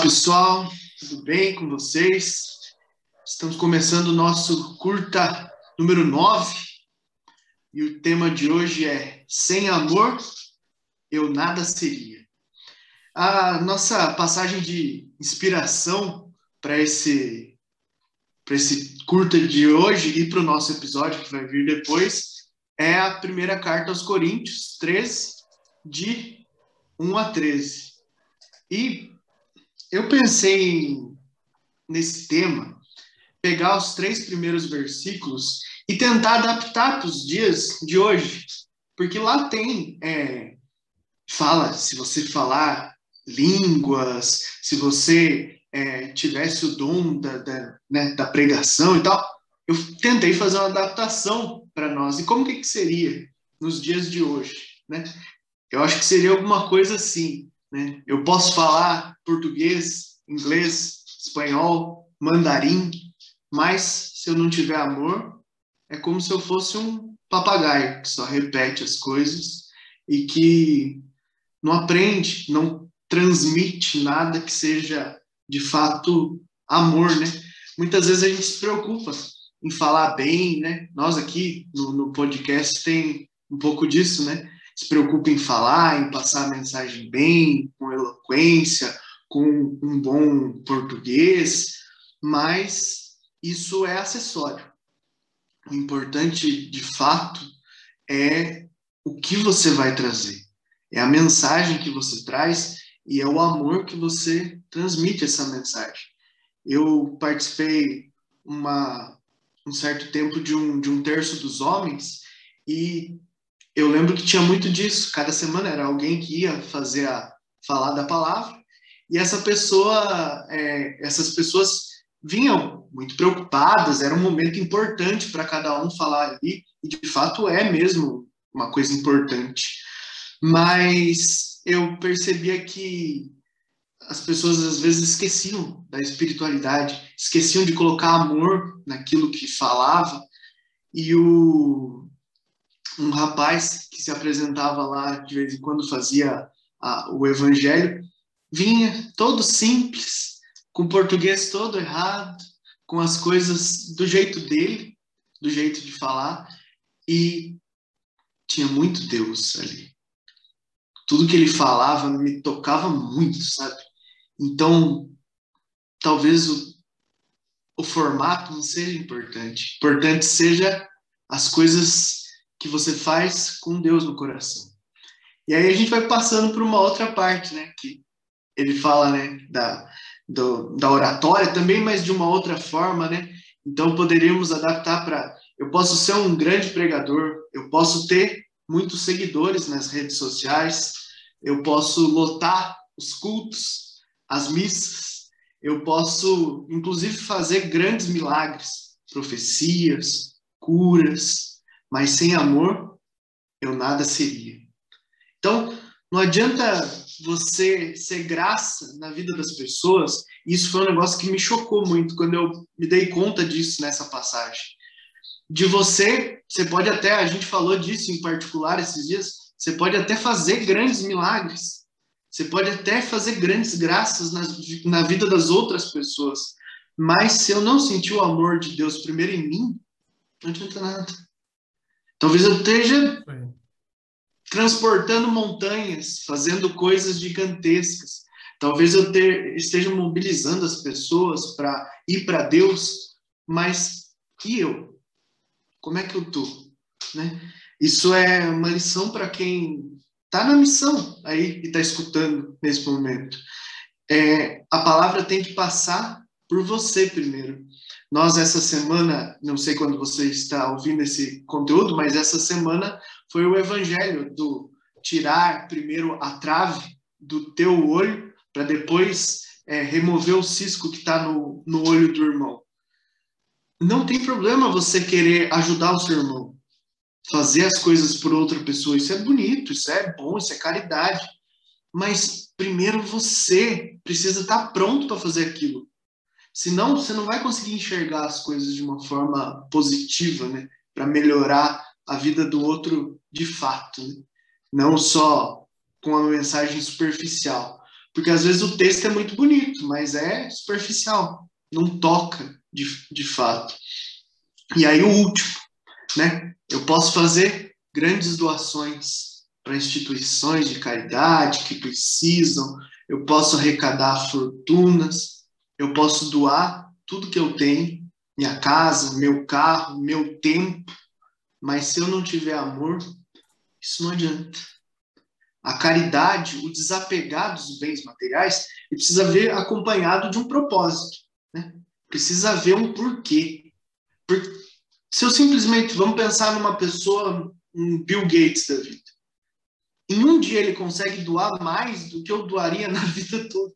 Olá, pessoal, tudo bem com vocês? Estamos começando o nosso curta número 9 e o tema de hoje é Sem amor, eu nada seria. A nossa passagem de inspiração para esse curta de hoje e para o nosso episódio que vai vir depois é a primeira carta aos Coríntios 13, de 1 a 13. E eu pensei nesse tema, pegar os 3 primeiros versículos e tentar adaptar para os dias de hoje. Porque lá tem, fala, se você falar línguas, se você tivesse o dom da pregação e tal. Eu tentei fazer uma adaptação para nós. E como que seria nos dias de hoje, né? Eu acho que seria alguma coisa assim, né? Eu posso falar português, inglês, espanhol, mandarim, mas se eu não tiver amor, é como se eu fosse um papagaio que só repete as coisas e que não aprende, não transmite nada que seja de fato amor, né? Muitas vezes a gente se preocupa em falar bem, né? Nós aqui no podcast tem um pouco disso, né? Se preocupa em falar, em passar a mensagem bem, com eloquência, com um bom português, mas isso é acessório. O importante, de fato, é o que você vai trazer. É a mensagem que você traz e é o amor que você transmite essa mensagem. Eu participei um certo tempo de um terço dos homens e eu lembro que tinha muito disso. Cada semana era alguém que ia falar da palavra e essas pessoas vinham muito preocupadas. Era um momento importante para cada um falar ali e de fato é mesmo uma coisa importante. Mas eu percebia que as pessoas às vezes esqueciam da espiritualidade, esqueciam de colocar amor naquilo que falava. E um rapaz que se apresentava lá de vez em quando fazia o evangelho, vinha todo simples, com o português todo errado, com as coisas do jeito dele, do jeito de falar, e tinha muito Deus ali. Tudo que ele falava me tocava muito, sabe? Então, talvez o formato não seja importante. Importante seja as coisas que você faz com Deus no coração. E aí a gente vai passando para uma outra parte, né? Que ele fala, né? Da oratória também, mas de uma outra forma, né? Então poderíamos adaptar para... Eu posso ser um grande pregador, eu posso ter muitos seguidores nas redes sociais, eu posso lotar os cultos, as missas, eu posso, inclusive, fazer grandes milagres, profecias, curas, mas sem amor, eu nada seria. Então, não adianta você ser graça na vida das pessoas. Isso foi um negócio que me chocou muito quando eu me dei conta disso nessa passagem. De você pode até, a gente falou disso em particular esses dias, você pode até fazer grandes milagres. Você pode até fazer grandes graças na vida das outras pessoas. Mas se eu não sentir o amor de Deus primeiro em mim, não adianta nada. Talvez eu esteja transportando montanhas, fazendo coisas gigantescas. Talvez eu esteja mobilizando as pessoas para ir para Deus, mas e eu? Como é que eu estou? Né? Isso é uma lição para quem está na missão aí e está escutando nesse momento. A palavra tem que passar por você primeiro. Nós, essa semana, não sei quando você está ouvindo esse conteúdo, mas essa semana foi o evangelho do tirar primeiro a trave do teu olho para depois remover o cisco que está no olho do irmão. Não tem problema você querer ajudar o seu irmão, fazer as coisas por outra pessoa. Isso é bonito, isso é bom, isso é caridade. Mas primeiro você precisa estar pronto para fazer aquilo. Senão, você não vai conseguir enxergar as coisas de uma forma positiva, né? Para melhorar a vida do outro de fato, né? Não só com uma mensagem superficial. Porque às vezes o texto é muito bonito. bonito, mas é superficial, não toca de fato. E aí o último, né? Eu posso fazer grandes doações para instituições de caridade que precisam, eu posso arrecadar fortunas, eu posso doar tudo que eu tenho, minha casa, meu carro, meu tempo, mas se eu não tiver amor, isso não adianta. A caridade, o desapegar dos bens materiais, ele precisa vir acompanhado de um propósito, né? Precisa haver um porquê. Se eu simplesmente, vamos pensar numa pessoa, um Bill Gates da vida. Em um dia ele consegue doar mais do que eu doaria na vida toda.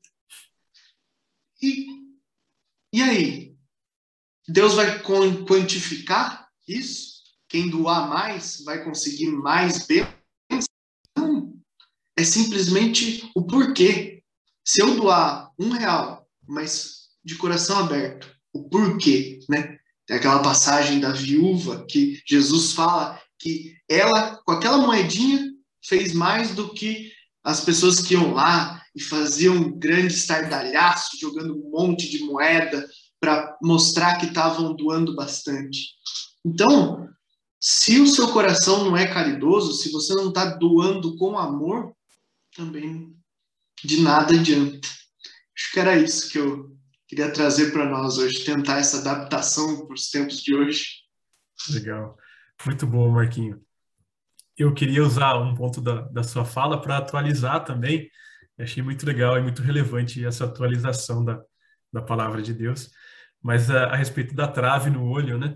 E aí? Deus vai quantificar isso? Quem doar mais vai conseguir mais bens? Não. É simplesmente o porquê. Se eu doar R$1, mas de coração aberto, o porquê, né? Tem aquela passagem da viúva que Jesus fala que ela, com aquela moedinha, fez mais do que as pessoas que iam lá e faziam grande estardalhaço, jogando um monte de moeda para mostrar que estavam doando bastante. Então, se o seu coração não é caridoso, se você não está doando com amor, também de nada adianta. Acho que era isso que eu queria trazer para nós hoje, tentar essa adaptação para os tempos de hoje. Legal. Muito bom, Marquinho. Eu queria usar um ponto da sua fala para atualizar também. Eu achei muito legal e muito relevante essa atualização da palavra de Deus. Mas a respeito da trave no olho, né?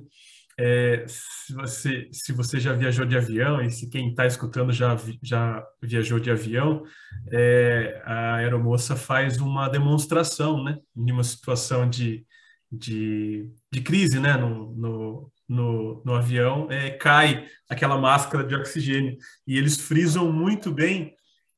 Se você já viajou de avião e se quem está escutando já viajou de avião, a aeromoça faz uma demonstração, né? Em uma situação de crise, né? No avião, cai aquela máscara de oxigênio. E eles frisam muito bem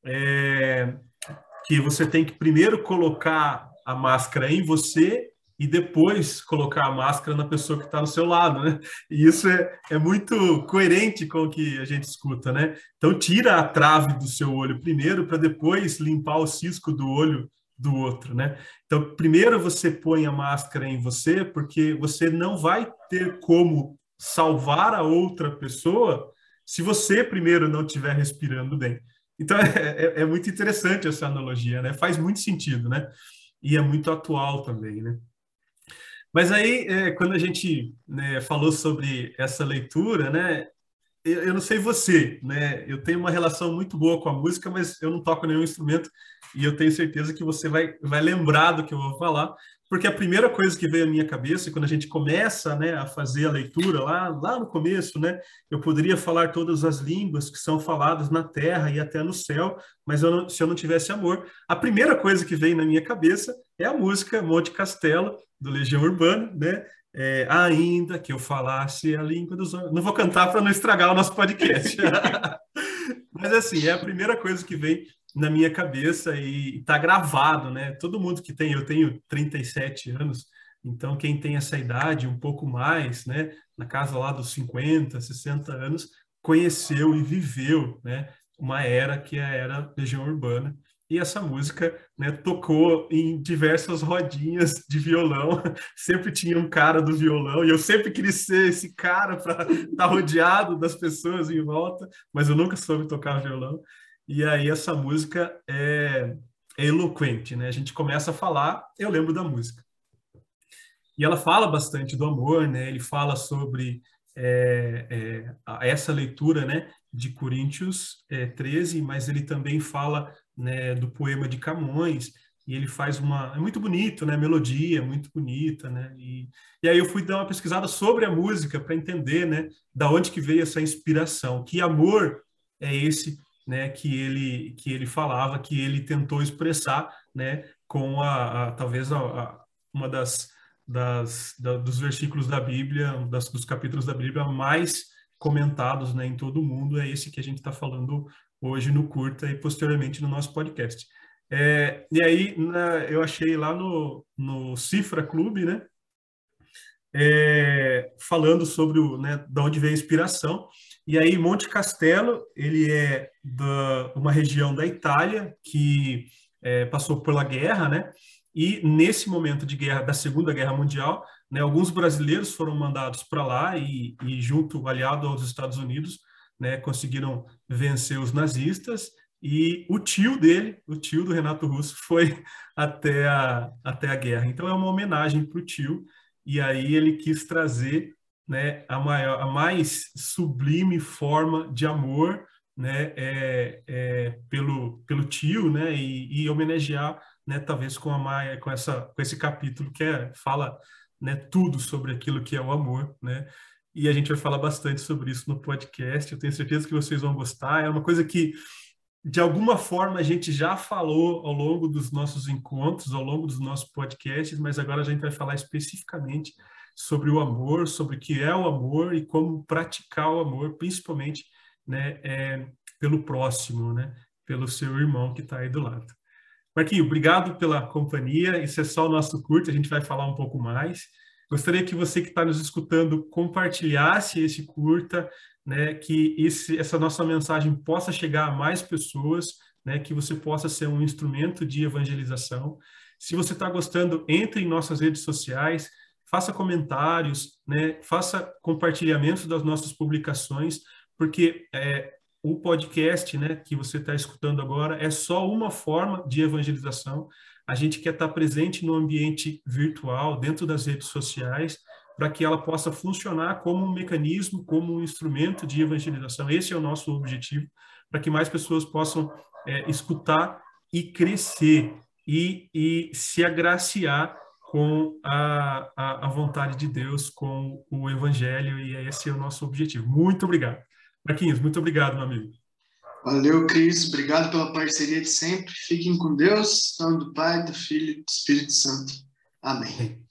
que você tem que primeiro colocar a máscara em você e depois colocar a máscara na pessoa que está ao seu lado, né? E isso é muito coerente com o que a gente escuta, né? Então, tira a trave do seu olho primeiro para depois limpar o cisco do olho do outro, né? Então, primeiro você põe a máscara em você, porque você não vai ter como salvar a outra pessoa se você primeiro não estiver respirando bem. Então, é muito interessante essa analogia, né? Faz muito sentido, né? E é muito atual também, né? Mas aí, quando a gente, né, falou sobre essa leitura, né, eu não sei você, né, eu tenho uma relação muito boa com a música, mas eu não toco nenhum instrumento e eu tenho certeza que você vai lembrar do que eu vou falar, porque a primeira coisa que veio à minha cabeça, quando a gente começa, né, a fazer a leitura lá no começo, né, eu poderia falar todas as línguas que são faladas na terra e até no céu, mas se eu não tivesse amor, a primeira coisa que veio na minha cabeça é a música Monte Castelo, do Legião Urbana, né? Ainda que eu falasse a língua dos homens. Não vou cantar para não estragar o nosso podcast. Mas assim, é a primeira coisa que vem na minha cabeça e está gravado, né? Todo mundo que tem, eu tenho 37 anos, então quem tem essa idade, um pouco mais, né? Na casa lá dos 50, 60 anos, conheceu e viveu, né? Uma era que é a era Legião Urbana. E essa música, né, tocou em diversas rodinhas de violão. Sempre tinha um cara do violão e eu sempre queria ser esse cara para estar rodeado das pessoas em volta, mas eu nunca soube tocar violão. E aí essa música é eloquente, né? A gente começa a falar, eu lembro da música. E ela fala bastante do amor, né? Ele fala sobre essa leitura, né, de Coríntios 13, mas ele também fala, né, do poema de Camões, e ele faz é muito bonito, né, melodia muito bonita, né, e aí eu fui dar uma pesquisada sobre a música para entender, né, da onde que veio essa inspiração, que amor é esse, né, que ele falava, que ele tentou expressar, né, com talvez uma dos versículos da Bíblia, dos capítulos da Bíblia mais comentados, né, em todo o mundo, é esse que a gente está falando hoje no Curta e posteriormente no nosso podcast. E aí eu achei lá no Cifra Clube, né, falando sobre né, de onde veio a inspiração. E aí Monte Castelo, ele é uma região da Itália que passou pela guerra, né? E nesse momento de guerra, da Segunda Guerra Mundial, né, alguns brasileiros foram mandados para lá e junto, aliado aos Estados Unidos, né, conseguiram vencer os nazistas. E o tio dele, o tio do Renato Russo, foi até a guerra. Então é uma homenagem para o tio. E aí ele quis trazer, né, a mais sublime forma de amor, né, pelo tio, né, e homenagear, né, talvez com a Maia, com esse capítulo que fala, né, tudo sobre aquilo que é o amor, né, e a gente vai falar bastante sobre isso no podcast. Eu tenho certeza que vocês vão gostar. É uma coisa que, de alguma forma, a gente já falou ao longo dos nossos encontros, ao longo dos nossos podcasts, mas agora a gente vai falar especificamente sobre o amor, sobre o que é o amor e como praticar o amor, principalmente, né, pelo próximo, né, pelo seu irmão que está aí do lado. Marquinhos, obrigado pela companhia. Isso é só o nosso curto, a gente vai falar um pouco mais. Gostaria que você que está nos escutando compartilhasse esse curta, né, que essa nossa mensagem possa chegar a mais pessoas, né, que você possa ser um instrumento de evangelização. Se você está gostando, entre em nossas redes sociais, faça comentários, né, faça compartilhamento das nossas publicações, porque o podcast, né, que você está escutando agora é só uma forma de evangelização. A gente quer estar presente no ambiente virtual, dentro das redes sociais, para que ela possa funcionar como um mecanismo, como um instrumento de evangelização. Esse é o nosso objetivo, para que mais pessoas possam escutar e crescer e se agraciar com a vontade de Deus, com o Evangelho, e esse é o nosso objetivo. Muito obrigado. Marquinhos, muito obrigado, meu amigo. Valeu, Cris. Obrigado pela parceria de sempre. Fiquem com Deus. Em nome do Pai, do Filho e do Espírito Santo. Amém.